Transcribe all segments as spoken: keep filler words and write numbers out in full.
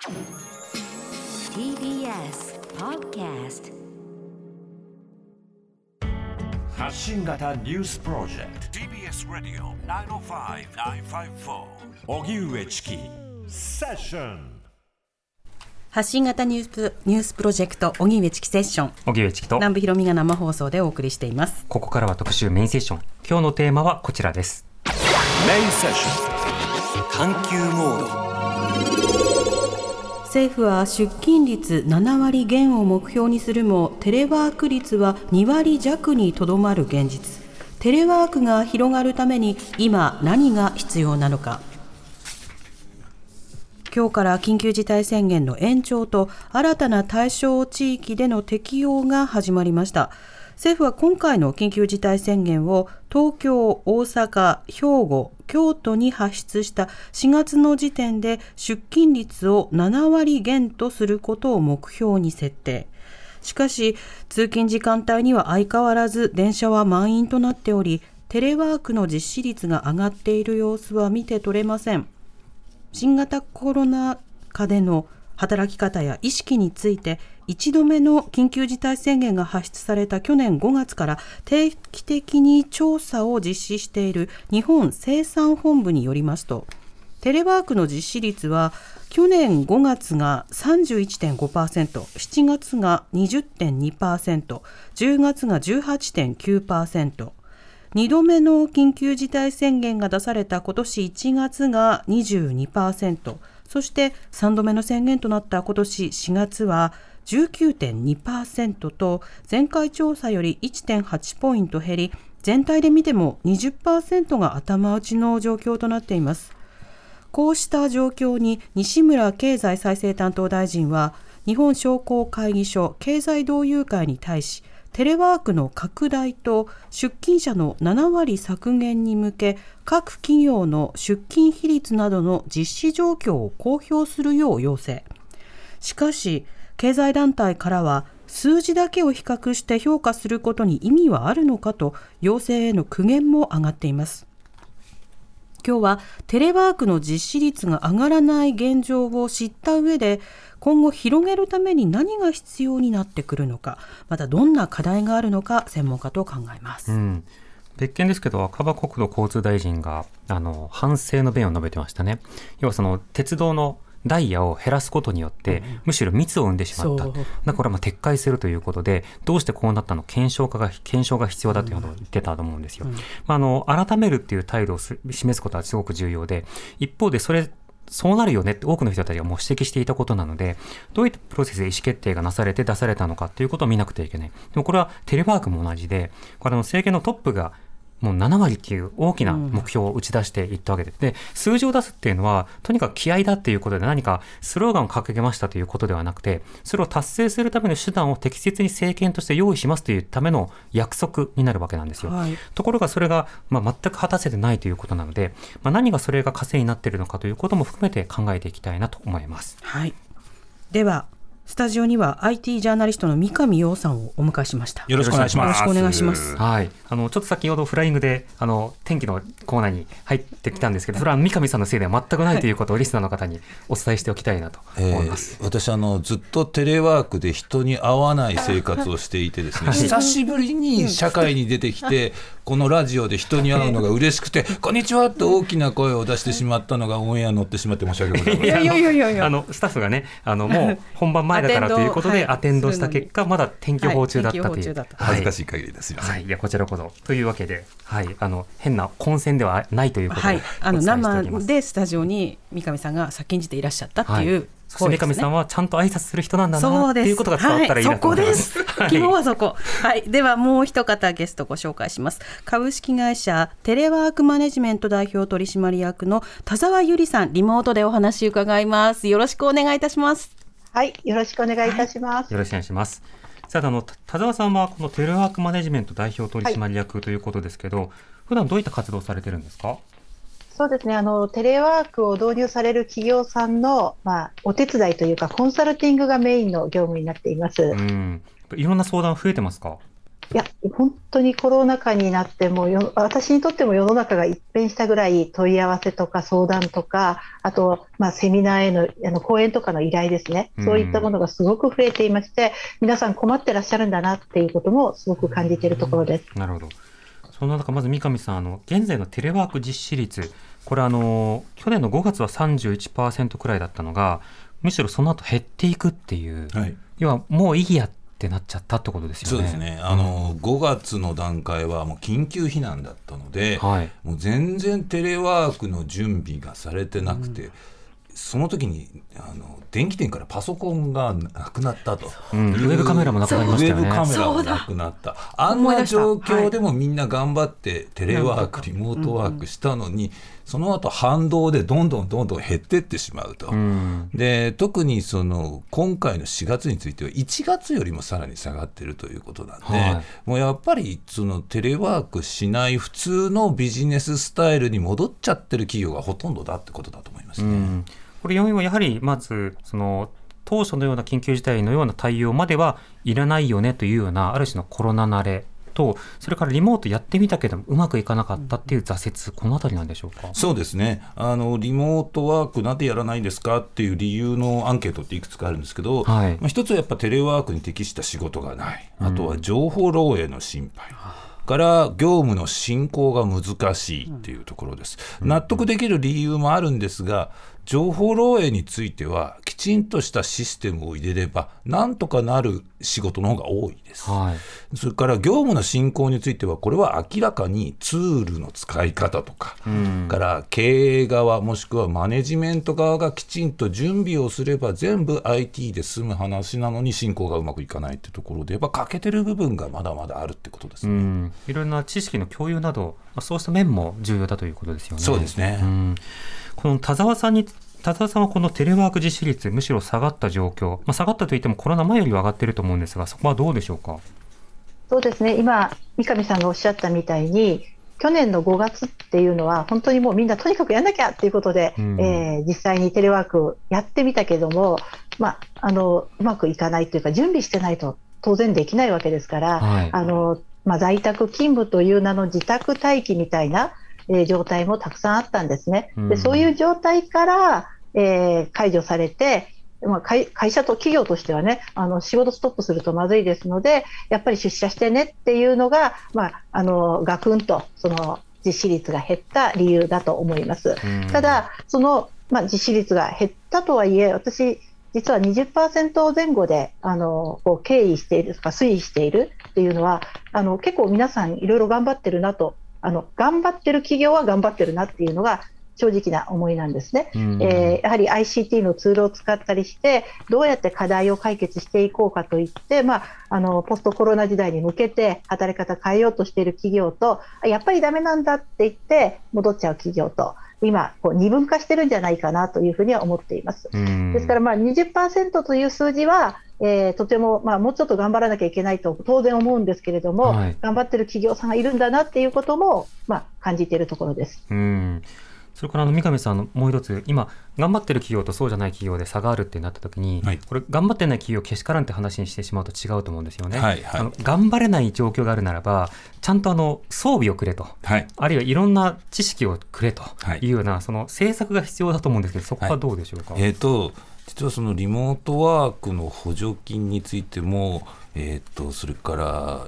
ティービーエス Podcast 発信型ニュースプロジェクト ティービーエス ラディオ きゅうまるご きゅうごよん 荻上チキセッション。 発信型ニュース、ニュースプロジェクト荻上チキセッション、 荻上チキと南部ひろみが生放送でお送りしています。 ここからは特集メインセッション。今日のテーマはこちらです。 メインセッション探求モード。 政府は出勤率ななわり減を目標にするも、テレワーク率はにわりじゃくにとどまる現実。テレワークが広がるために今何が必要なのか。今日から緊急事態宣言の延長と新たな対象地域での適用が始まりました。政府は今回の緊急事態宣言を東京、大阪、兵庫、京都に発出したしがつの時点で出勤率をななわり減とすることを目標に設定。しかし通勤時間帯には相変わらず電車は満員となっており、テレワークの実施率が上がっている様子は見て取れません。新型コロナ禍での働き方や意識についていちどめの緊急事態宣言が発出された去年ごがつから定期的に調査を実施している日本生産本部によりますと、テレワークの実施率は去年ごがつが さんじゅういってんごパーセント、しちがつが にじゅってんにパーセント、じゅうがつが じゅうはちてんきゅうパーセント、にどめの緊急事態宣言が出された今年いちがつが にじゅうにパーセント、そしてさんどめの宣言となった今年しがつは じゅうきゅうてんにパーセント と前回調査より いってんはちポイント減り、全体で見ても にじゅっパーセント が頭打ちの状況となっています。こうした状況に西村経済再生担当大臣は日本商工会議所経済同友会に対し、テレワークの拡大と出勤者のななわり削減に向け、各企業の出勤比率などの実施状況を公表するよう要請。しかし経済団体からは、数字だけを比較して評価することに意味はあるのかと要請への苦言も上がっています。今日はテレワークの実施率が上がらない現状を知った上で、今後広げるために何が必要になってくるのか、またどんな課題があるのか、専門家と考えます。 うん、別件ですけど、赤羽国土交通大臣があの反省の弁を述べてましたね。要はその鉄道のダイヤを減らすことによって、うん、むしろ密を生んでしまった。だからまあ撤回するということで、どうしてこうなったの検証化が検証が必要だということを言ってたと思うんですよ。うん、まあ、あの改めるっていう態度を示すことはすごく重要で、一方でそれそうなるよねって多くの人たちがもう指摘していたことなので、どういったプロセスで意思決定がなされて出されたのかということを見なくてはいけない。でもこれはテレワークも同じで、これの政権のトップがもうななわりっていう大きな目標を打ち出していったわけで、で数字を出すっていうのはとにかく気合だっていうことで何かスローガンを掲げましたということではなくて、それを達成するための手段を適切に政権として用意しますというための約束になるわけなんですよ。はい、ところがそれがまあ全く果たせてないということなので、まあ、何がそれが稼いになっているのかということも含めて考えていきたいなと思います。 はい、ではスタジオには アイティー ジャーナリストの三上洋さんをお迎えしました。 よろしくお願いします。 よろしくお願いします。 はい、あのちょっと先ほどフライングであの天気のコーナーに入ってきたんですけど、それは三上さんのせいでは全くないということをリスナーの方にお伝えしておきたいなと思います。 えー、私あのずっとテレワークで人に会わない生活をしていてですね、はい、久しぶりに社会に出てきてこのラジオで人に会うのが嬉しくてこんにちはって大きな声を出してしまったのがオンエア乗ってしまって申し訳ございません。 いやいやいやいや、 あのスタッフがね、あのもう本番前だからということでアテンドした結果、まだ天気予報中だったという、はい、 恥ずかしい限りです。すみません。 はい、いやこちらこそというわけで、はい、あの変な混戦ではないということで、 はい、あの生でスタジオに三上さんが先んじていらっしゃったっていう、はい、 そして三上さんはちゃんと挨拶する人なんだなっていうことが伝わったらいいなと思います。 はい、そこです。基本はそこ。はい、ではもう一方ゲストご紹介します。株式会社テレワークマネジメント代表取締役の田沢由里さん、リモートでお話伺います。よろしくお願いいたします。 はい、よろしくお願いいたします。はい、 よろしくお願いします。さあ、あの田沢さんはこのテレワークマネジメント代表取締役ということですけど、はい、普段どういった活動をされてるんですか？ そうですね、あのテレワークを導入される企業さんの、まあ、お手伝いというかコンサルティングがメインの業務になっています。 うん、いろんな相談増えてますか？ いや本当にコロナ禍になってもよ私にとっても世の中が一変したぐらい問い合わせとか相談とかあと、まあ、セミナーへの、あの講演とかの依頼ですね、そういったものがすごく増えていまして、皆さん困ってらっしゃるんだなっていうこともすごく感じているところです。 なるほど。そんな中まず三上さん、あの現在のテレワーク実施率、これあの去年のごがつは さんじゅういちパーセント くらいだったのがむしろその後減っていくっていう、はい、要はもういいやってなっちゃったってことですよね。 そうですね、あの、うん、ごがつの段階はもう緊急避難だったので、はい、もう全然テレワークの準備がされてなくて、うん、その時にあの電気店からパソコンがなくなったと、 うん、ウェブカメラもなくなりましたよね。 ウェブカメラもなくなった。あんな状況でもみんな頑張ってテレワーク、はい、リモートワークしたのに、うん、その後反動でどんどんどんどん減ってってしまうと、うん、で特にその今回のしがつについてはいちがつよりもさらに下がっているということなんで、はい、もうやっぱりそのテレワークしない普通のビジネススタイルに戻っちゃってる企業がほとんどだってことだと思いますね。うん、 これ要因はやはりまずその当初のような緊急事態のような対応まではいらないよねというようなある種のコロナ慣れと、それからリモートやってみたけどうまくいかなかったっていう挫折、このあたりなんでしょうか。 そうですね、あのリモートワークなんでやらないんですかっていう理由のアンケートっていくつかあるんですけど、はい、まあ、一つはやっぱテレワークに適した仕事がない、あとは情報漏洩の心配、うん、から業務の進行が難しいっていうところです。納得できる理由もあるんですが、情報漏洩についてはきちんとしたシステムを入れればなんとかなる仕事の方が多いです、はい、それから業務の進行についてはこれは明らかにツールの使い方とか、うん、から経営側もしくはマネジメント側がきちんと準備をすれば全部 アイティー で済む話なのに進行がうまくいかないってところでやっぱ欠けてる部分がまだまだあるってことですね。うん、 いろんな知識の共有など、まあ、そうした面も重要だということですよね。 そうですね。うん、 この田沢さんに田沢さんはこのテレワーク実施率むしろ下がった状況、まあ、下がったといってもコロナ前よりは上がっていると思うんですが、そこはどうでしょうか。 そうですね、今三上さんがおっしゃったみたいに去年のごがつっていうのは本当にもうみんなとにかくやんなきゃっていうことで、うん、えー、実際にテレワークやってみたけども、まあ、あのうまくいかないというか準備してないと当然できないわけですから、はい、あのまあ、在宅勤務という名の自宅待機みたいなえー、状態もたくさんあったんですね。でそういう状態から、えー、解除されて、まあ、会, 会社と企業としてはね、あの仕事ストップするとまずいですのでやっぱり出社してねっていうのが、まあ、あのガクンとその実施率が減った理由だと思います。ただその、まあ、実施率が減ったとはいえ私実は にじゅっパーセント 前後であのこう経緯しているとか推移しているっていうのはあの結構皆さんいろいろ頑張ってるなと、あの頑張ってる企業は頑張ってるなっていうのが正直な思いなんですね。うん、えー、やはり アイシーティー のツールを使ったりしてどうやって課題を解決していこうかといって、まあ、あのポストコロナ時代に向けて働き方変えようとしている企業とやっぱりダメなんだって言って戻っちゃう企業と今こう二分化してるんじゃないかなというふうには思っています。うん、ですからまあ にじゅっパーセント という数字はえー、とても、まあ、もうちょっと頑張らなきゃいけないと当然思うんですけれども、はい、頑張ってる企業さんがいるんだなっていうことも、まあ、感じているところです。 うん、それからあの三上さんのもう一つ、今頑張ってる企業とそうじゃない企業で差があるってなった時に、はい、これ頑張ってない企業けしからんって話にしてしまうと違うと思うんですよね。はいはい、あの頑張れない状況があるならばちゃんとあの装備をくれと、はい、あるいはいろんな知識をくれというような、はい、その政策が必要だと思うんですけど、そこはどうでしょうか。 はい、えーと実はそのリモートワークの補助金についても、えー、とそれから、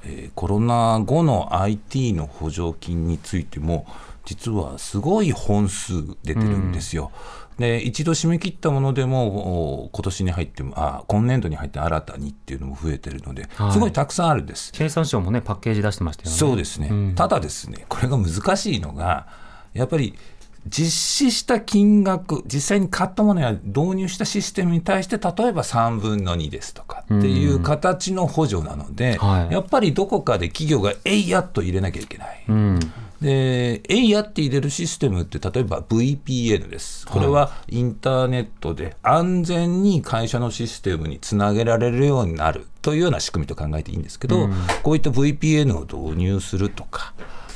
えー、コロナ後の アイティー の補助金についても実はすごい本数出てるんですよ。うん、で一度締め切ったものでも今年に入ってもあ今年度に入って新たにっていうのも増えてるので、はい、すごいたくさんあるんです。 経産省もねパッケージ出してましたよね。 そうですね。うん、ただですね、これが難しいのがやっぱり実施した金額、実際に買ったものや導入したシステムに対して例えばさんぶんのにですとかっていう形の補助なので、うん、はい、やっぱりどこかで企業がえいやっと入れなきゃいけない。うん、でえいやって入れるシステムって例えば ブイピーエヌ です。これはインターネットで安全に会社のシステムにつなげられるようになるというような仕組みと考えていいんですけど、うん、こういった ブイピーエヌ を導入するとか、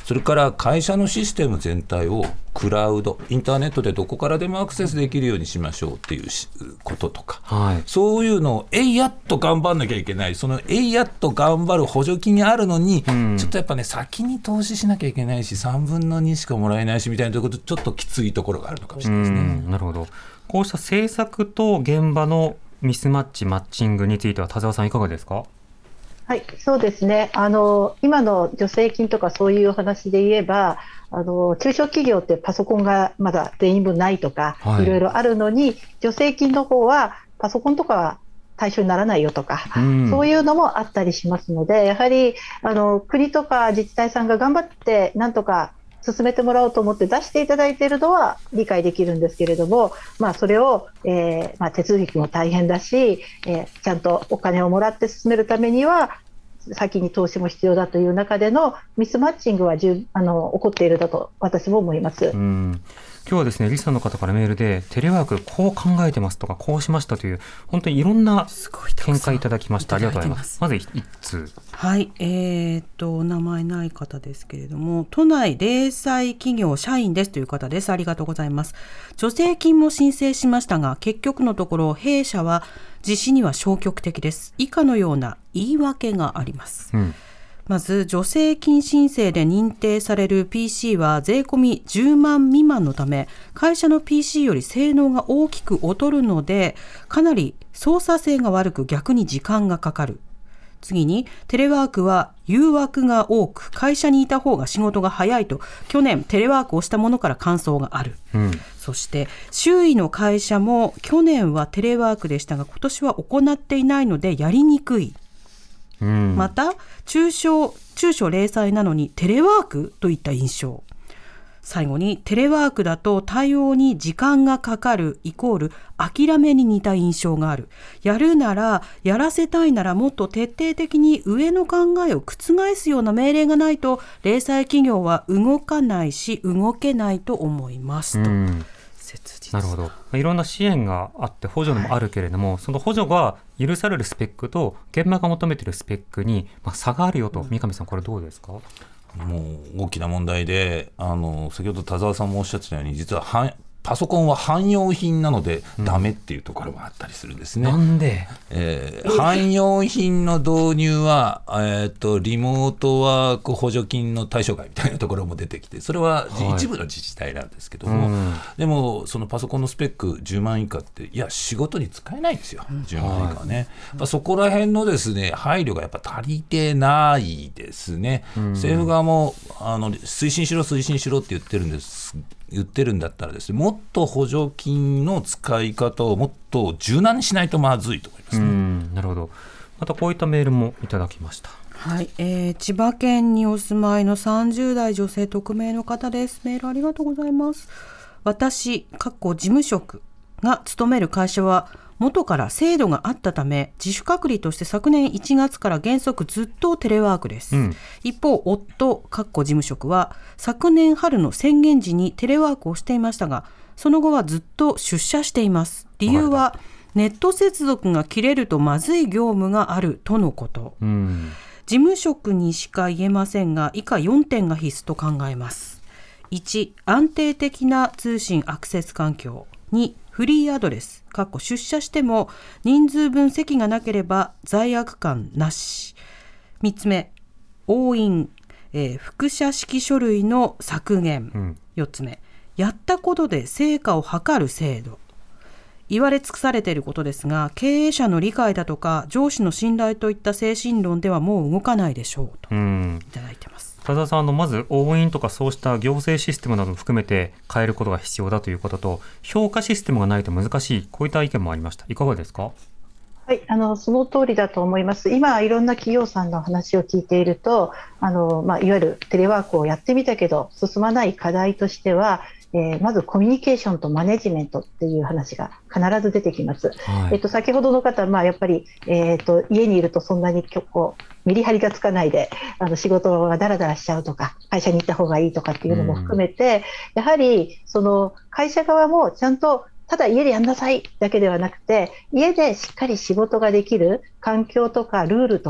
それから会社のシステム全体をクラウド、インターネットでどこからでもアクセスできるようにしましょうっていうこととか、はい、そういうのをえいやっと頑張んなきゃいけない、そのえいやっと頑張る補助金があるのに、うん、ちょっとやっぱね先に投資しなきゃいけないしさんぶんのにしかもらえないしみたいなところちょっときついところがあるのかもしれないですね。 うん、なるほど。こうした政策と現場のミスマッチマッチングについては田澤さんいかがですか？ はい、そうですね。あの今の助成金とかそういうお話で言えば、あの中小企業ってパソコンがまだ全員分ないとか、はい、いろいろあるのに助成金の方はパソコンとかは対象にならないよとか、うん、そういうのもあったりしますので、やはりあの国とか自治体さんが頑張ってなんとか進めてもらおうと思って出していただいているのは理解できるんですけれども、まあ、それを、えーまあ、手続きも大変だし、えー、ちゃんとお金をもらって進めるためには先に投資も必要だという中でのミスマッチングは十あの起こっているだと私も思います。 うん、今日はですねリスナーの方からメールでテレワークこう考えてますとかこうしましたという本当にいろんな見解いただきました。ありがとうございます。まず一通、 はい、えー、っとお名前ない方ですけれども、都内零細企業社員ですという方です。ありがとうございます。助成金も申請しましたが結局のところ弊社は実施には消極的です。以下のような言い訳があります、うん、まず助成金申請で認定される ピーシー は税込みじゅうまん未満のため会社の ピーシー より性能が大きく劣るのでかなり操作性が悪く逆に時間がかかる。次にテレワークは誘惑が多く会社にいた方が仕事が早いと去年テレワークをしたものから感想がある、うん、そして周囲の会社も去年はテレワークでしたが今年は行っていないのでやりにくい、うん、また中小中小零細なのにテレワークといった印象。最後にテレワークだと対応に時間がかかるイコール諦めに似た印象がある。やるならやらせたいならもっと徹底的に上の考えを覆すような命令がないと零細企業は動かないし動けないと思いますと。切実。 なるほど。いろんな支援があって補助もあるけれども、はい、その補助が許されるスペックと現場が求めているスペックに差があるよと、うん、三上さんこれどうですか？ もう大きな問題で、あの先ほど田澤さんもおっしゃってたように実ははパソコンは汎用品なのでダメっていうところもあったりするんですね、 うん、なんで、 えー、汎用品の導入は、えー、とリモートワーク補助金の対象外みたいなところも出てきてそれは一部の自治体なんですけども、はいうん、でもそのパソコンのスペックじゅうまん以下っていや仕事に使えないんですよ、じゅうまん以下はね、はい、そこら辺のですね配慮がやっぱ足りてないですね、うん、政府側もあの推進しろ推進しろって言ってるんです言ってるんだったらですねもっと補助金の使い方をもっと柔軟にしないとまずいと思いますね。 うん、なるほど。またこういったメールもいただきました。 はい、えー、千葉県にお住まいのさんじゅう代女性匿名の方です。メールありがとうございます。私かっこ事務職が勤める会社は元から制度があったため自主隔離として昨年いちがつから原則ずっとテレワークです、うん、一方夫かっこ事務職は昨年春の宣言時にテレワークをしていましたがその後はずっと出社しています。理由はネット接続が切れるとまずい業務があるとのこと、うん、事務職にしか言えませんが以下よんてんが必須と考えます。いち安定的な通信アクセス環境。にフリーアドレス出社しても人数分席がなければ罪悪感なし。みっつめ押印、えー、複写式書類の削減、うん、よっつめやったことで成果を図る制度。言われ尽くされていることですが経営者の理解だとか上司の信頼といった精神論ではもう動かないでしょうといただいてます。 田澤さん、あのまず押印とかそうした行政システムなども含めて変えることが必要だということと評価システムがないと難しいこういった意見もありました。いかがですか？ はい、あのその通りだと思います。今いろんな企業さんの話を聞いているとあの、まあ、いわゆるテレワークをやってみたけど進まない課題としてはえー、まずコミュニケーションとマネジメントっていう話が必ず出てきます、はい。えっと、先ほどの方は、まあ、やっぱり、えー、と家にいるとそんなにこうメリハリがつかないであの仕事がダラダラしちゃうとか会社に行った方がいいとかっていうのも含めて、うん、やはりその会社側もちゃんとただ家でやんなさいだけではなくて家でしっかり仕事ができる環境とかルールとか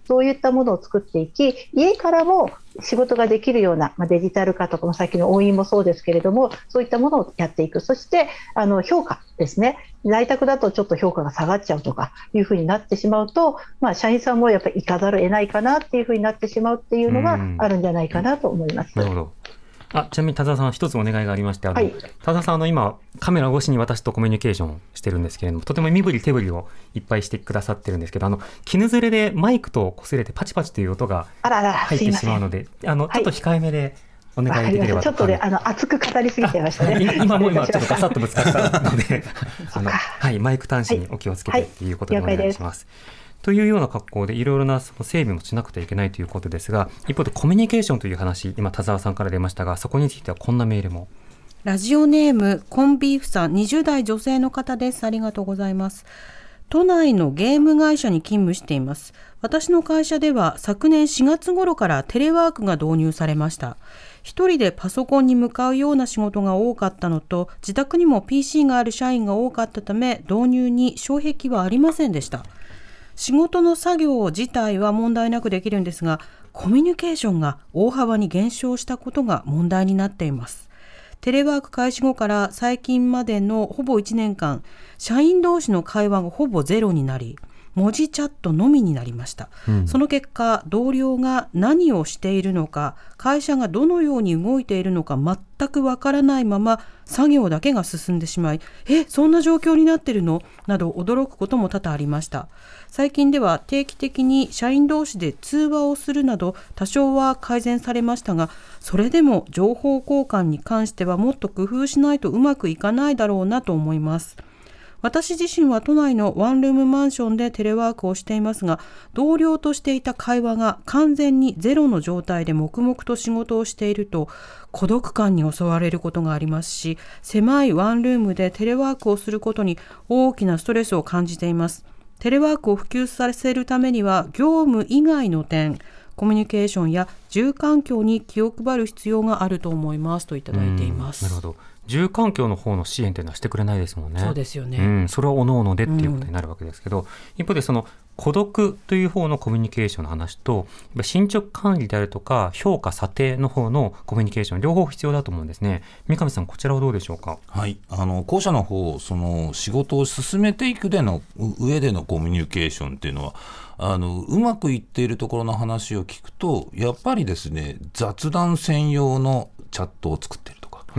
そういったものを作っていき、家からも仕事ができるような、まあ、デジタル化とか、さっきの押印もそうですけれども、そういったものをやっていく。そしてあの評価ですね。在宅だとちょっと評価が下がっちゃうとかいうふうになってしまうと、まあ、社員さんもやっぱり行かざるを得ないかなっていうふうになってしまうっていうのがあるんじゃないかなと思います。 なるほど。あ、ちなみに田澤さん、一つお願いがありまして、あの、はい、田澤さん、あの今カメラ越しに私とコミュニケーションしてるんですけれども、とても身振り手振りをいっぱいしてくださってるんですけど、あの絹ずれでマイクと擦れてパチパチという音が入ってしまうので、あのちょっと控えめでお願いできればと。 ちょっとね、あの熱く語りすぎてましたね。 今も今ちょっとガサッとぶつかったのであの、はい、マイク端子にお気をつけてということでお願いします。はいはい、というような格好でいろいろなその整備もしなくてはいけないということですが、一方でコミュニケーションという話、今田澤さんから出ましたが、そこについてはこんなメールも。 ラジオネームコンビーフさん、にじゅう代女性の方です。ありがとうございます。都内のゲーム会社に勤務しています。私の会社では昨年しがつ頃からテレワークが導入されました。一人でパソコンに向かうような仕事が多かったのと、自宅にも ピーシー がある社員が多かったため、導入に障壁はありませんでした。仕事の作業自体は問題なくできるんですが、コミュニケーションが大幅に減少したことが問題になっています。テレワーク開始後から最近までのほぼいちねんかん、社員同士の会話がほぼゼロになり、文字チャットのみになりました。うん、その結果、同僚が何をしているのか、会社がどのように動いているのか全くわからないまま作業だけが進んでしまい、え、そんな状況になっているのなど驚くことも多々ありました。最近では定期的に社員同士で通話をするなど多少は改善されましたが、それでも情報交換に関してはもっと工夫しないとうまくいかないだろうなと思います。私自身は都内のワンルームマンションでテレワークをしていますが、同僚としていた会話が完全にゼロの状態で黙々と仕事をしていると孤独感に襲われることがありますし、狭いワンルームでテレワークをすることに大きなストレスを感じています。テレワークを普及させるためには業務以外の点、コミュニケーションや住環境に気を配る必要があると思いますといただいています。 なるほど。住環境の方の支援というのはしてくれないですもんね。 そうですよね、 うん、それは各々でっていうことになるわけですけど、うん、一方でその孤独という方のコミュニケーションの話と進捗管理であるとか評価査定の方のコミュニケーション、両方必要だと思うんですね。三上さん、こちらはどうでしょうか。 はい、あの後者の方、その仕事を進めていくでの上でのコミュニケーションっていうのはあのうまくいっているところの話を聞くと、やっぱりですね、雑談専用のチャットを作っているとか、うん、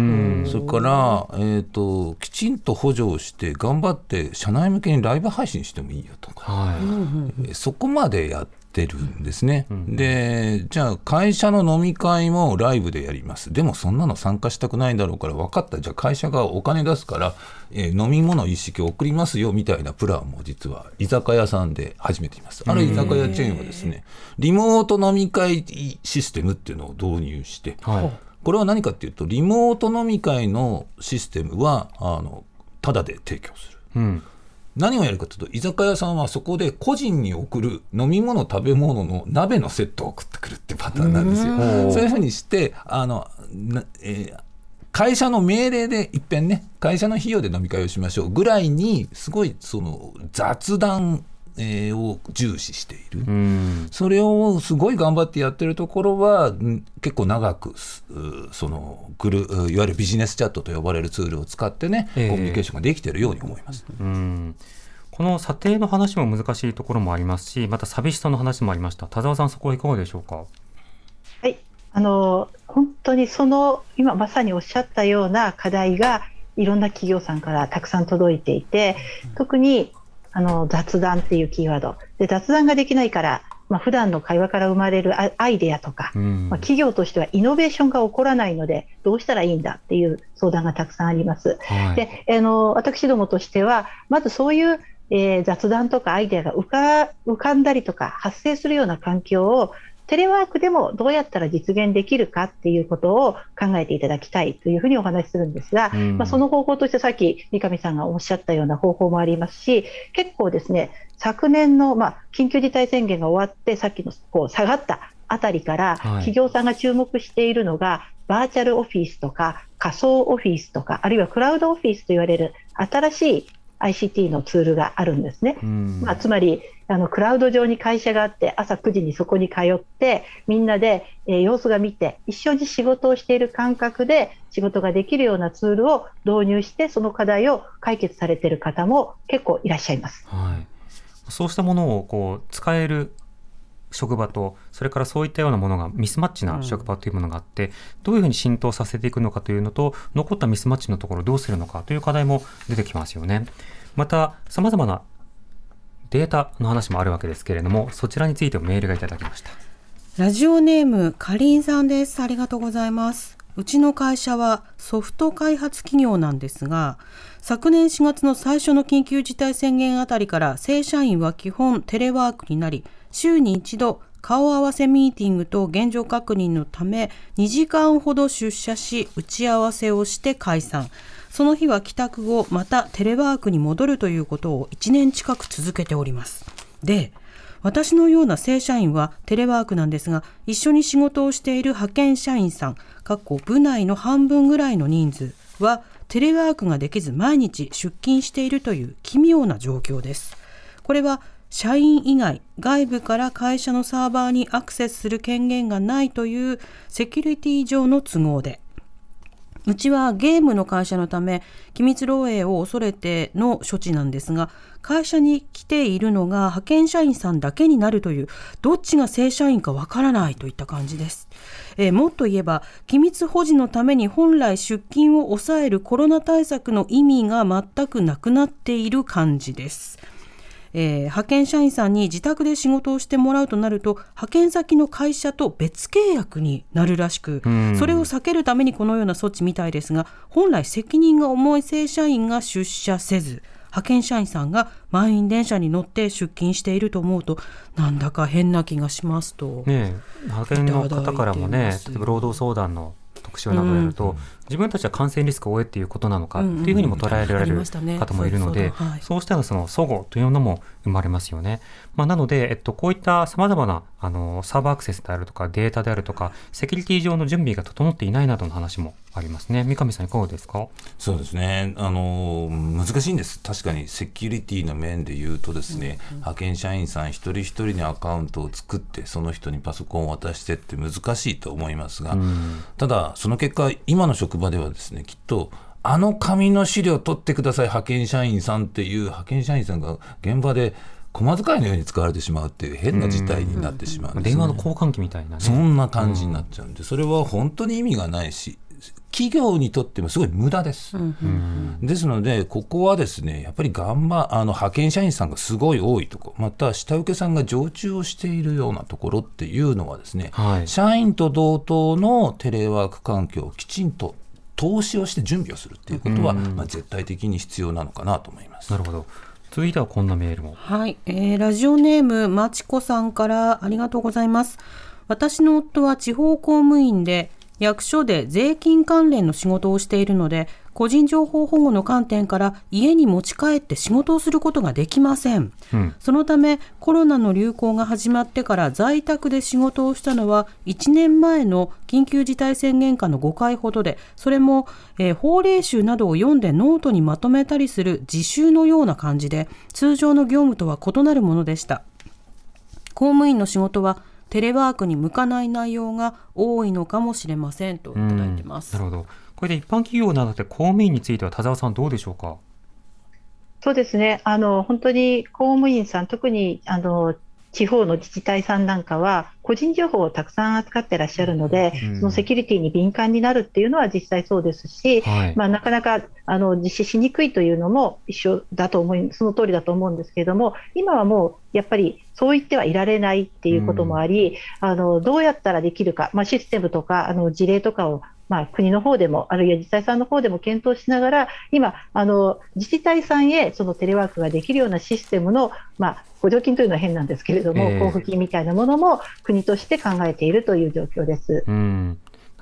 それから、えーと、きちんと補助をして頑張って社内向けにライブ配信してもいいよとか、はい、そこまでやってるんですね、うん、でじゃあ会社の飲み会もライブでやります。でもそんなの参加したくないんだろうから、分かった、じゃあ会社がお金出すから、えー、飲み物一式送りますよみたいなプランも実は居酒屋さんで始めています。ある居酒屋チェーンはですね、リモート飲み会システムっていうのを導入して、はい、これは何かっていうと、リモート飲み会のシステムはあのタダで提供する、うん、何をやるかというと、居酒屋さんはそこで個人に送る飲み物食べ物の鍋のセットを送ってくるってパターンなんですよ。そういうふうにしてあの、えー、会社の命令でいっぺんね、会社の費用で飲み会をしましょうぐらいに、すごいその雑談えー、を重視している、うん、それをすごい頑張ってやってるところは結構長くそのグルいわゆるビジネスチャットと呼ばれるツールを使ってね、えー、コミュニケーションができているように思います、 うん、この査定の話も難しいところもありますし、また寂しさの話もありました。田澤さん、そこはいかがでしょうか。 はい、あの本当にその今まさにおっしゃったような課題がいろんな企業さんからたくさん届いていて、特にあの雑談っていうキーワードで、雑談ができないから、まあ、普段の会話から生まれるアイデアとか、うんまあ、企業としてはイノベーションが起こらないのでどうしたらいいんだっていう相談がたくさんあります、はい、であの私どもとしてはまずそういう、えー、雑談とかアイデアが浮か、浮かんだりとか発生するような環境をテレワークでもどうやったら実現できるかっていうことを考えていただきたいというふうにお話しするんですが、うんまあ、その方法としてさっき三上さんがおっしゃったような方法もありますし、結構ですね、昨年の、まあ、緊急事態宣言が終わってさっきのこう下がったあたりから企業さんが注目しているのが、はい、バーチャルオフィスとか仮想オフィスとか、あるいはクラウドオフィスと言われる新しいアイシーティー のツールがあるんですね。まあ、つまりあのクラウド上に会社があって朝くじにそこに通ってみんなで、えー、様子が見て一緒に仕事をしている感覚で仕事ができるようなツールを導入してその課題を解決されている方も結構いらっしゃいます。 はい、そうしたものをこう使える職場とそれからそういったようなものがミスマッチな職場というものがあって、うん、どういうふうに浸透させていくのかというのと残ったミスマッチのところをどうするのかという課題も出てきますよね。また様々なデータの話もあるわけですけれども、そちらについてもメールがいただきました。 ラジオネームかりんさんです。ありがとうございます。うちの会社はソフト開発企業なんですが、昨年しがつの最初の緊急事態宣言あたりから正社員は基本テレワークになり、週に一度顔合わせミーティングと現状確認のためにじかんほど出社し打ち合わせをして解散。その日は帰宅後またテレワークに戻るということをいちねん近く続けております。で、私のような正社員はテレワークなんですが、一緒に仕事をしている派遣社員さん部内の半分ぐらいの人数はテレワークができず毎日出勤しているという奇妙な状況です。これは社員以外外部から会社のサーバーにアクセスする権限がないというセキュリティ上の都合で、うちはゲームの会社のため機密漏洩を恐れての処置なんですが、会社に来ているのが派遣社員さんだけになるという、どっちが正社員かわからないといった感じです。えー、もっと言えば機密保持のために本来出勤を抑えるコロナ対策の意味が全くなくなっている感じです。えー、派遣社員さんに自宅で仕事をしてもらうとなると派遣先の会社と別契約になるらしく、それを避けるためにこのような措置みたいですが、本来責任が重い正社員が出社せず派遣社員さんが満員電車に乗って出勤していると思うとなんだか変な気がしますと、 ね、派遣の方からもね、例えば労働相談の特集などをやると、うん、自分たちは感染リスクを負えっていうことなのかっていうふうにも捉えられる方もいるので、そうしたその齟齬というのも生まれますよね。まあ、なので、えっと、こういったさまざまなあのサーバーアクセスであるとかデータであるとかセキュリティ上の準備が整っていないなどの話もありますね。三上さんいかがですか？ そうですね、あの難しいんです。確かにセキュリティの面で言うとですね、うんうん、派遣社員さん一人一人にアカウントを作ってその人にパソコンを渡してって難しいと思いますが、うん、ただその結果今の職場ではですね、きっとあの紙の資料を取ってください派遣社員さんっていう派遣社員さんが現場で小遣いのように使われてしまうっていう変な事態になってしまうんですね。 電話の交換機みたいなね、 そんな感じになっちゃうんで、それは本当に意味がないし企業にとってもすごい無駄です、うんうんうん、ですのでここはですねやっぱり頑張あの派遣社員さんがすごい多いところ、また下請けさんが常駐をしているようなところっていうのはですね、はい、社員と同等のテレワーク環境をきちんと投資をして準備をするっていうことは、まあ、絶対的に必要なのかなと思います。 なるほど。続いてはこんなメールも、 はい、えー、ラジオネームまちこさんからありがとうございます。私の夫は地方公務員で役所で税金関連の仕事をしているので、個人情報保護の観点から家に持ち帰って仕事をすることができません、うん、そのためコロナの流行が始まってから在宅で仕事をしたのはいちねんまえの緊急事態宣言下のごかいほどで、それも、えー、法令集などを読んでノートにまとめたりする自習のような感じで、通常の業務とは異なるものでした。公務員の仕事はテレワークに向かない内容が多いのかもしれませんといただいてます。 なるほど。これで一般企業などで公務員については田沢さんどうでしょうか？ そうですね、あの本当に公務員さん、特にあの地方の自治体さんなんかは個人情報をたくさん扱ってらっしゃるので、うん、そのセキュリティに敏感になるっていうのは実際そうですし、はい、まあ、なかなかあの実施しにくいというのも一緒だと思い、その通りだと思うんですけれども、今はもうやっぱりそう言ってはいられないっていうこともあり、うん、あのどうやったらできるか、まあ、システムとかあの事例とかをまあ、国の方でもあるいは自治体さんの方でも検討しながら、今あの自治体さんへそのテレワークができるようなシステムの、まあ、補助金というのは変なんですけれども、えー、交付金みたいなものも国として考えているという状況です。 うん、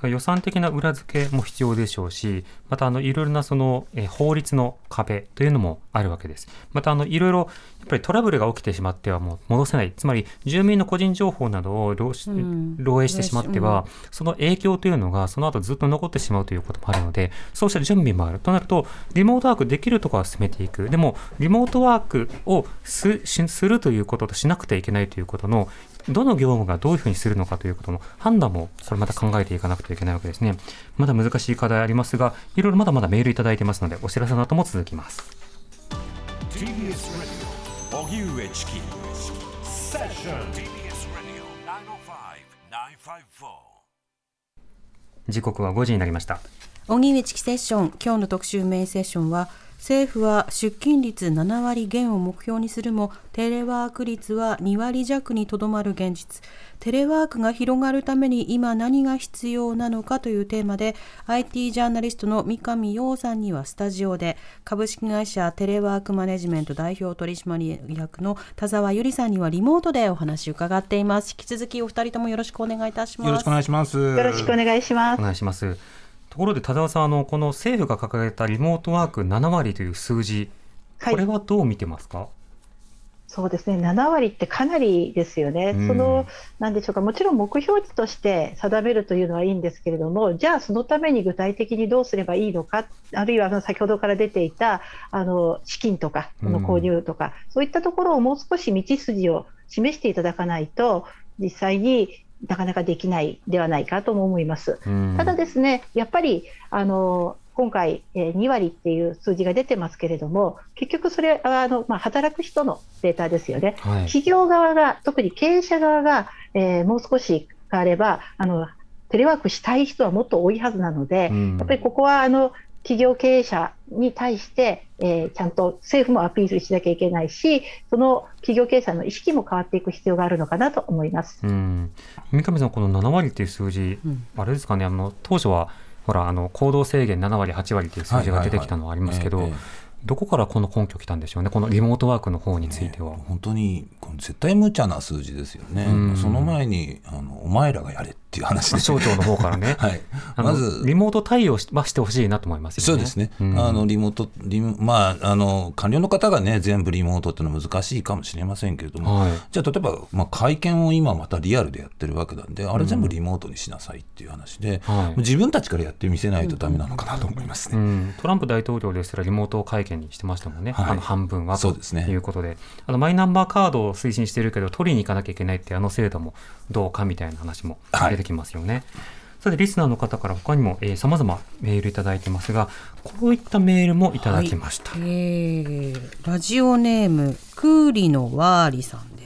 予算的な裏付けも必要でしょうし、またあのいろいろなその、えー、法律の壁というのもあるわけです。またあのいろいろやっぱりトラブルが起きてしまってはもう戻せない、つまり住民の個人情報などを漏洩してしまっては、うん、その影響というのがその後ずっと残ってしまうということもあるので、そうした準備もあるとなると、リモートワークできるところは進めていく。でもリモートワークを す, するということとしなくてはいけないということのどの業務がどういうふうにするのかということの判断もこれまた考えていかなくてはいけないわけですね。まだ難しい課題ありますが、いろいろまだまだメールいただいてますので、お知らせの後も続きます。 ティービーエス ラジオ荻上チキセッション ティービーエス ラジオきゅうまるご きゅうまるご。 時刻はごじになりました。 荻上チキセッション、今日の特集メインセッションは、政府は出勤率ななわり減を目標にするもテレワーク率はにわり弱にとどまる現実、テレワークが広がるために今何が必要なのかというテーマで アイティー ジャーナリストの三上洋さんにはスタジオで、株式会社テレワークマネジメント代表取締役の田沢由里さんにはリモートでお話を伺っています。引き続きお二人ともよろしくお願いいたします。 よろしくお願いします。 よろしくお願いします。 お願いします。ところで田沢さん、あのこの政府が掲げたリモートワークななわりという数字、はい、これはどう見てますか？ そうですね、ななわりってかなりですよね。うん、そのなんでしょうか、もちろん目標値として定めるというのはいいんですけれども、じゃあそのために具体的にどうすればいいのか、あるいは先ほどから出ていたあの資金とかこの購入とか、うん、そういったところをもう少し道筋を示していただかないと実際になかなかできないではないかとも思います。ただですね、やっぱりあの今回、えー、にわりっていう数字が出てますけれども、結局それはあの、まあ、働く人のデータですよね。はい、企業側が、特に経営者側が、えー、もう少し変わればあのテレワークしたい人はもっと多いはずなので、やっぱりここはあの企業経営者に対して、えー、ちゃんと政府もアピールしなきゃいけないし、その企業経営者の意識も変わっていく必要があるのかなと思います。 うん、三上さん、このななわりという数字、うん、あれですかね、あの当初はほらあの行動制限ななわりはちわりという数字が出てきたのはありますけど、はいはいはい、えーどこからこの根拠来たんでしょうね、このリモートワークの方については。 ね、本当に絶対無茶な数字ですよね。その前にあのお前らがやれっていう話で、 省庁の方からね、はい、まずリモート対応はしてほしいなと思いますよね。 そうですね、うん、あのリモートリモ、まあ、あの官僚の方がね全部リモートっていうのは難しいかもしれませんけれども、はい、じゃあ例えば、まあ、会見を今またリアルでやってるわけなんで、あれ全部リモートにしなさいっていう話で、うんはい、自分たちからやってみせないとダメなのかなと思いますね。うんうん、 トランプ大統領ですらリモート会見にしてましたもんね。はい、あの半分はということ で, で、ね、あのマイナンバーカードを推進しているけど取りに行かなきゃいけないってあの制度もどうかみたいな話も出てきますよね。はい、さてリスナーの方から他にもさまざまメールいただいてますが、こういったメールもいただきました。はい、えー、ラジオネームクーリのワーリさんです。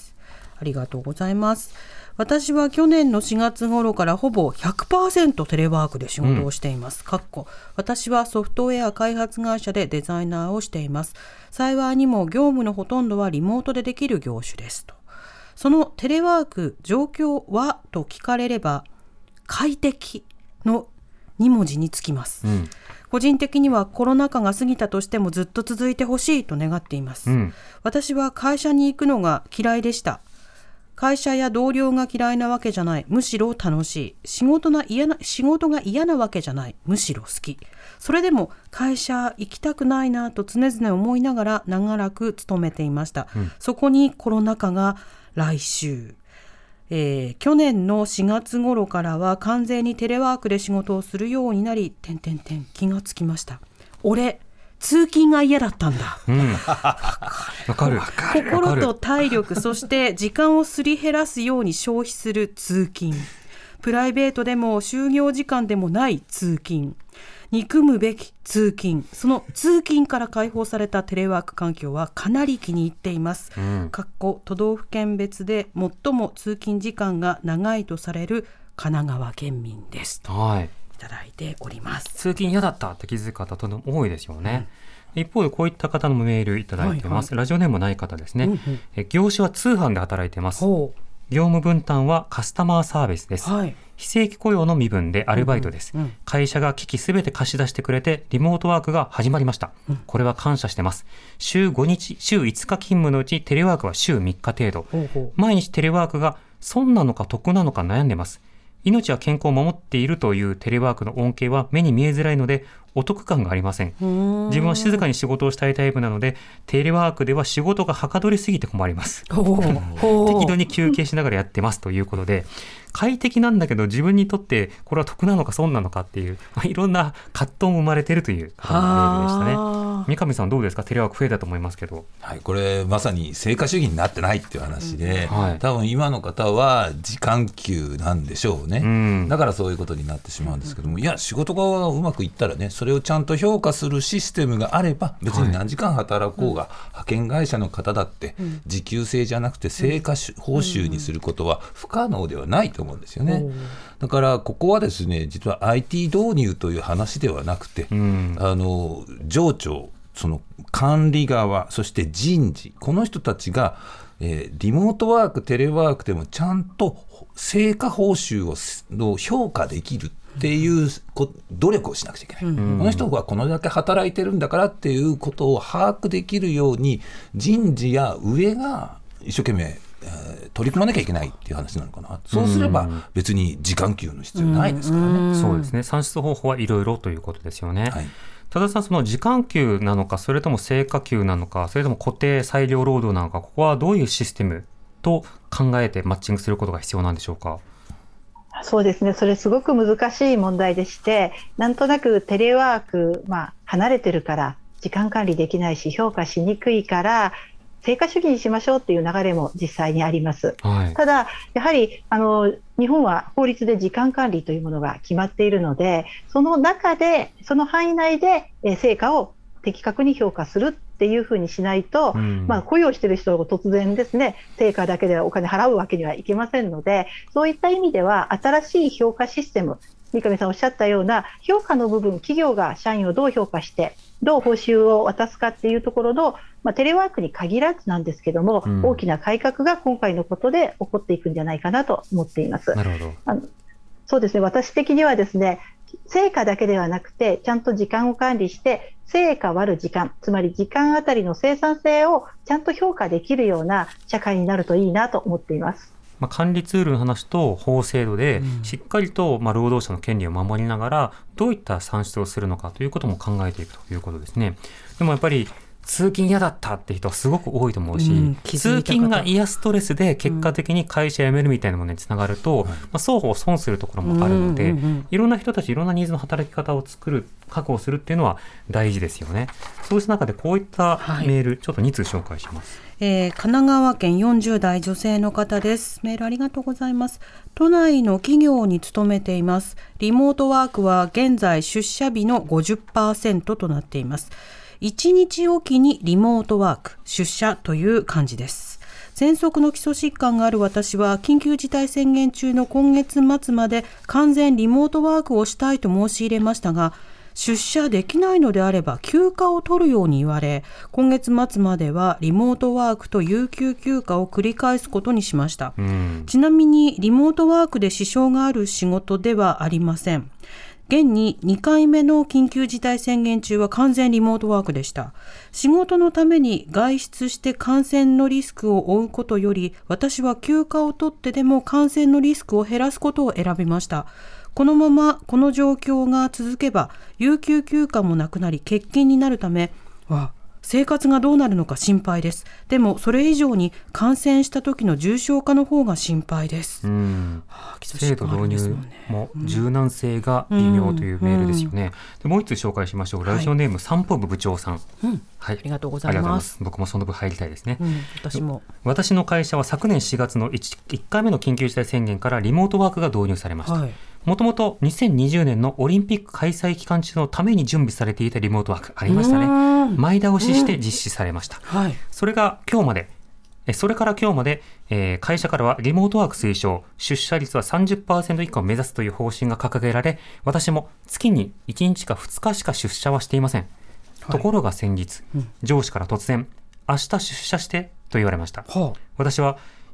ありがとうございます。私は去年のしがつ頃からほぼ ひゃくパーセント テレワークで仕事をしています。かっこ私はソフトウェア開発会社でデザイナーをしています。幸いにも業務のほとんどはリモートでできる業種ですと。そのテレワーク状況はと聞かれれば快適のにもじにつきます。うん、個人的にはコロナ禍が過ぎたとしてもずっと続いてほしいと願っています。うん、私は会社に行くのが嫌いでした。会社や同僚が嫌いなわけじゃない、むしろ楽しい。仕事が嫌な、仕事が嫌なわけじゃない、むしろ好き。それでも会社行きたくないなと常々思いながら長らく勤めていました。うん、そこにコロナ禍が来週、えー、去年のしがつ頃からは完全にテレワークで仕事をするようになり、点々点気がつきました。俺通勤が嫌だったんだ。うん、わかる。 心と体力、そして時間をすり減らすように消費する通勤。プライベートでも就業時間でもない通勤。憎むべき通勤。その通勤から解放されたテレワーク環境はかなり気に入っています。うん、かっこ都道府県別で最も通勤時間が長いとされる神奈川県民です。はい。いただいております。 通勤嫌だったって気づく方とても多いですよね。うん、一方でこういった方のメールいただいてます。はいはい、ラジオネームない方ですね。うんうん、え業種は通販で働いています。業務分担はカスタマーサービスです。はい、非正規雇用の身分でアルバイトです。うんうん、会社が機器すべて貸し出してくれてリモートワークが始まりました。うん、これは感謝してます。週ごにち、週いつか勤務のうちテレワークは週みっか程度。ほうほう、毎日テレワークが損なのか得なのか悩んでます。 命や健康を守っているというテレワークの恩恵は目に見えづらいのでお得感がありません。自分は静かに仕事をしたいタイプなのでテレワークでは仕事がはかどりすぎて困ります。適度に休憩しながらやってますということで、快適なんだけど自分にとってこれは得なのか損なのかっていう、まあ、いろんな葛藤も生まれているというメールでしたね。三上さんどうですか？テレワーク増えたと思いますけど、 はい、これまさに成果主義になってないっていう話で、 うんはい、 多分今の方は時間給なんでしょうね、うん、だからそういうことになってしまうんですけども、いや仕事がうまくいったらね、それをちゃんと評価するシステムがあれば別に何時間働こうが、はい、派遣会社の方だって時給制じゃなくて成果報酬にすることは不可能ではないと思うんですよね、うん、だからここはですね、実は アイティー 導入という話ではなくて、うん、あの上長、その管理側、そして人事、この人たちが、えー、リモートワーク、テレワークでもちゃんと成果報酬をの評価できるっていう努力をしなくちゃいけない、うん、この人はこのだけ働いてるんだからっていうことを把握できるように人事や上が一生懸命取り組まなきゃいけないっていう話なのかな。そうすれば別に時間給の必要ないですからね、うんうん、 そうですね。算出方法はいろいろということですよね、はい。多田さん、その時間給なのか、それとも成果給なのか、それとも固定裁量労働なのか、ここはどういうシステムと考えてマッチングすることが必要なんでしょうか？ そうですね、それすごく難しい問題でして、なんとなくテレワーク、まあ、離れてるから時間管理できないし評価しにくいから成果主義にしましょうっていう流れも実際にあります、はい、ただやはりあの日本は法律で時間管理というものが決まっているので、その中でその範囲内で成果を的確に評価するっていうふうにしないと、うんまあ、雇用している人が突然ですね、成果だけでお金払うわけにはいけませんので、そういった意味では新しい評価システム、三上さんおっしゃったような評価の部分、企業が社員をどう評価してどう報酬を渡すかっていうところの、まあ、テレワークに限らずなんですけども、うん、大きな改革が今回のことで起こっていくんじゃないかなと思っています。 なるほど。 あのそうですね、私的にはですね、成果だけではなくてちゃんと時間を管理して成果割る時間、つまり時間あたりの生産性をちゃんと評価できるような社会になるといいなと思っています。 まあ、管理ツールの話と法制度でしっかりとまあ労働者の権利を守りながらどういった算出をするのかということも考えていくということですね。でもやっぱり通勤嫌だったって人はすごく多いと思うし、うん、通勤が嫌ストレスで結果的に会社辞めるみたいなものにつながると、うんまあ、双方損するところもあるので、うんうんうん、いろんな人たちいろんなニーズの働き方を作る確保するっていうのは大事ですよね。そうした中でこういったメール、はい、ちょっとに通紹介します。 えー、神奈川県よんじゅう代女性の方です。メールありがとうございます。都内の企業に勤めています。リモートワークは現在出社日の ごじゅっパーセント となっています。いちにちおきにリモートワーク、出社という感じです。喘息の基礎疾患がある私は緊急事態宣言中の今月末まで完全リモートワークをしたいと申し入れましたが、出社できないのであれば休暇を取るように言われ、今月末まではリモートワークと有給休暇を繰り返すことにしました、うん、ちなみにリモートワークで支障がある仕事ではありません。現ににかいめの緊急事態宣言中は完全リモートワークでした。仕事のために外出して感染のリスクを負うことより、私は休暇を取ってでも感染のリスクを減らすことを選びました。このままこの状況が続けば有給休暇もなくなり欠勤になるため、わ生活がどうなるのか心配です。でもそれ以上に感染した時の重症化の方が心配です。うん、 はあ、制度導入も柔軟性が微妙というメールですよね、うんうん、でもう一つ紹介しましょう。ラジオネーム散歩部部長さん、 うんはい、ありがとうございます。 僕もその部入りたいですね、 うん、私も。 私の会社は昨年しがつの 1, いっかいめの緊急事態宣言からリモートワークが導入されました、はい。もともとにせんにじゅうねんのオリンピック開催期間中のために準備されていたリモートワークありましたね。前倒しして実施されました、うんはい、それが今日までそれから今日まで、えー、会社からはリモートワーク推奨、出社率は さんじゅっパーセント 以下を目指すという方針が掲げられ、私も月にいちにちかふつかしか出社はしていません、はい、ところが先日、うん、上司から突然明日出社してと言われました、はあ、私は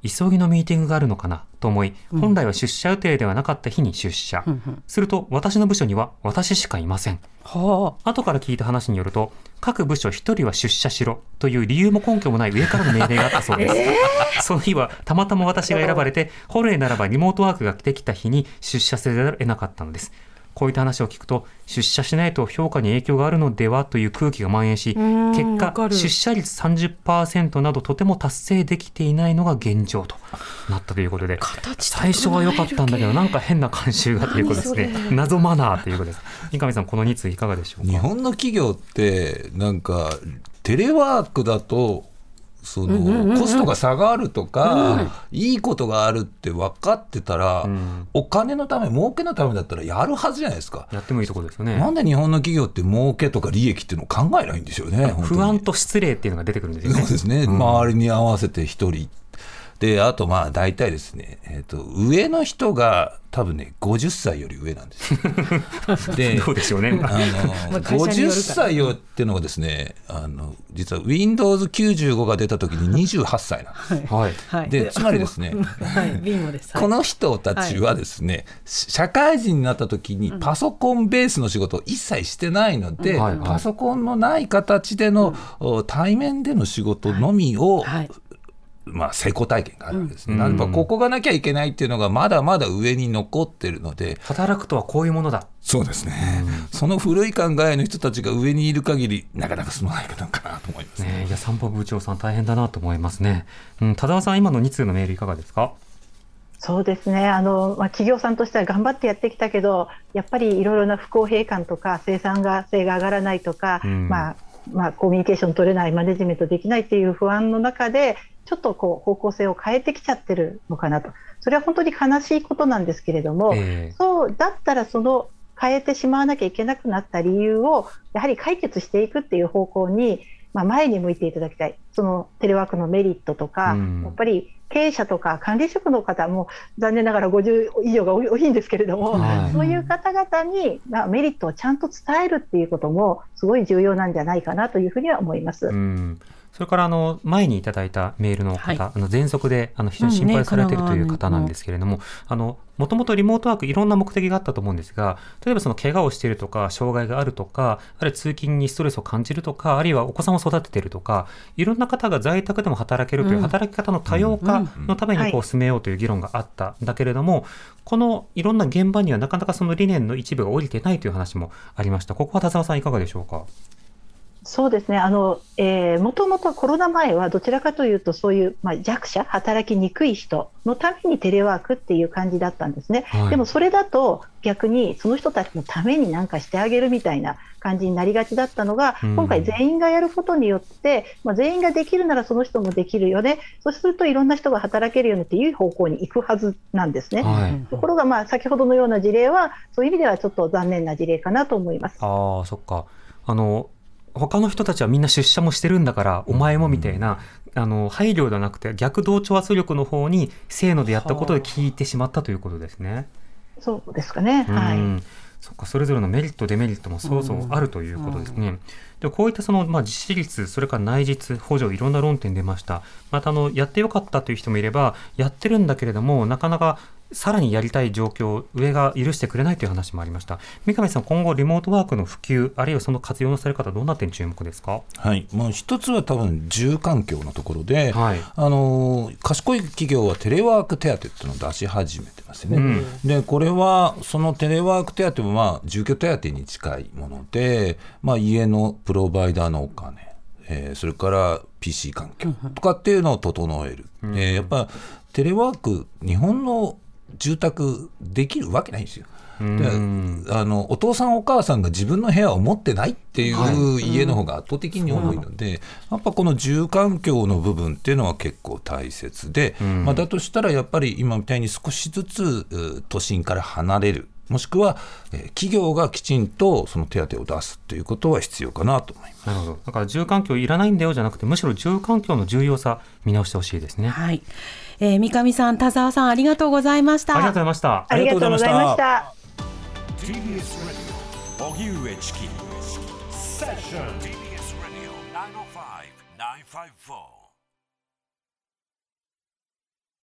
急ぎのミーティングがあるのかなと思い、本来は出社予定ではなかった日に出社、うん、すると私の部署には私しかいません、はあ、後から聞いた話によると各部署一人は出社しろという理由も根拠もない上からの命令があったそうです、えー、その日はたまたま私が選ばれて本来ならばリモートワークができた日に出社せざるを得なかったのです。こういった話を聞くと出社しないと評価に影響があるのではという空気が蔓延し、結果出社率 さんじゅっパーセント などとても達成できていないのが現状となったということで、最初は良かったんだけどなんか変な慣習がということですね。謎マナーということです。三上さん、このに通いかがでしょうか。 日本の企業ってなんかテレワークだとその、うんうんうん、コストが下がるとか、うん、いいことがあるって分かってたら、うん、お金のため儲けのためだったらやるはずじゃないですか。 やってもいいところですよね。 なんで日本の企業って儲けとか利益っていうのを考えないんでしょうね。 不安と失礼っていうのが出てくるんですよね。 そうですね、うん、周りに合わせて一人で、あとまあ大体ですね、えーと、上の人が多分ねごじゅっさいより上なんですよ。で、 どうでしょうね。 あのごじゅっさいっていうのがですね、あの実は ウィンドウズきゅうじゅうご が出た時ににじゅうはっさいなんです。はいはい、でつまりですね、はい、ビンゴです。この人たちはですね、はい、社会人になった時にパソコンベースの仕事を一切してないので、うん、パソコンのない形での、うん、対面での仕事のみを、はいはい、まあ、成功体験があるわけですね、うん、なんかここがなきゃいけないっていうのがまだまだ上に残ってるので、 働くとはこういうものだ。 そうですね、うん、その古い考えの人たちが上にいる限りなかなか進まないかなと思いますね。 ね、いや散歩部長さん大変だなと思いますね、うん、田澤さん、今のに通のメールいかがですか。 そうですね、あの、まあ、企業さんとしては頑張ってやってきたけど、やっぱりいろいろな不公平感とか生産性が上がらないとか、うんまあまあ、コミュニケーション取れない、マネジメントできないっていう不安の中でちょっとこう方向性を変えてきちゃってるのかなと。それは本当に悲しいことなんですけれども、えー、そうだったらその変えてしまわなきゃいけなくなった理由をやはり解決していくっていう方向に、まあ、前に向いていただきたい。そのテレワークのメリットとか、うん、やっぱり経営者とか管理職の方も残念ながらごじゅう以上が多いんですけれども、はい、そういう方々に、まあ、メリットをちゃんと伝えるっていうこともすごい重要なんじゃないかなというふうには思います。うん、 それからあの前にいただいたメールの方、はい、あの喘息であの非常に心配されているという方なんですけれども、あのもともとリモートワークいろんな目的があったと思うんですが、例えばその怪我をしているとか障害があるとか、あるいは通勤にストレスを感じるとか、あるいはお子さんを育てているとか、いろんな方が在宅でも働けるという働き方の多様化のためにこう進めようという議論があったんだけれども、このいろんな現場にはなかなかその理念の一部が降りてないという話もありました。ここは田澤さんいかがでしょうか。 そうですね、あの、えー、もともとコロナ前はどちらかというとそういう、まあ、弱者、働きにくい人のためにテレワークっていう感じだったんですね、はい、でもそれだと逆にその人たちのために何かしてあげるみたいな感じになりがちだったのが、うん、今回全員がやることによって、まあ、全員ができるならその人もできるよね、そうするといろんな人が働けるよねっていう方向に行くはずなんですね、はい、ところがまあ先ほどのような事例はそういう意味ではちょっと残念な事例かなと思います。 ああ、そっか。あの他の人たちはみんな出社もしてるんだからお前もみたいな、うん、あの配慮ではなくて逆同調圧力の方にせーのでやったことで聞いてしまったということですね。 そうですかね、はい、 そっか、それぞれのメリットデメリットもそうそうあるということですね、うんうん、でこういったその、まあ、実施率、それから内実補助、いろんな論点出ました。またあのやってよかったという人もいれば、やってるんだけれどもなかなかさらにやりたい状況、上が許してくれないという話もありました。三上さん、今後リモートワークの普及、あるいはその活用のされ方、どんな点注目ですか。はい、 もう一つは多分住環境のところで、はい、あの賢い企業はテレワーク手当っていうのを出し始めてますね、うん、でこれはそのテレワーク手当もまあ住居手当に近いもので、まあ、家のプロバイダーのお金、えー、それから ピーシー 環境とかっていうのを整える、うん、えー、やっぱテレワーク日本の住宅できるわけないんですよ。で、あのお父さんお母さんが自分の部屋を持ってないっていう家の方が圧倒的に多いので、はい、やっぱこの住環境の部分っていうのは結構大切で、まあ、だとしたらやっぱり今みたいに少しずつ都心から離れる、もしくは、えー、企業がきちんとその手当を出すということは必要かなと思います。 なるほど。だから住環境いらないんだよじゃなくて、むしろ住環境の重要さ見直してほしいですね。 はい、えー、三上さん、田澤さん、ありがとうございました。 ありがとうございました。 ありがとうございました。 ティービーエス Radio 荻上チキセッション ティービーエス Radio ナインオーファイブ ナインファイブフォー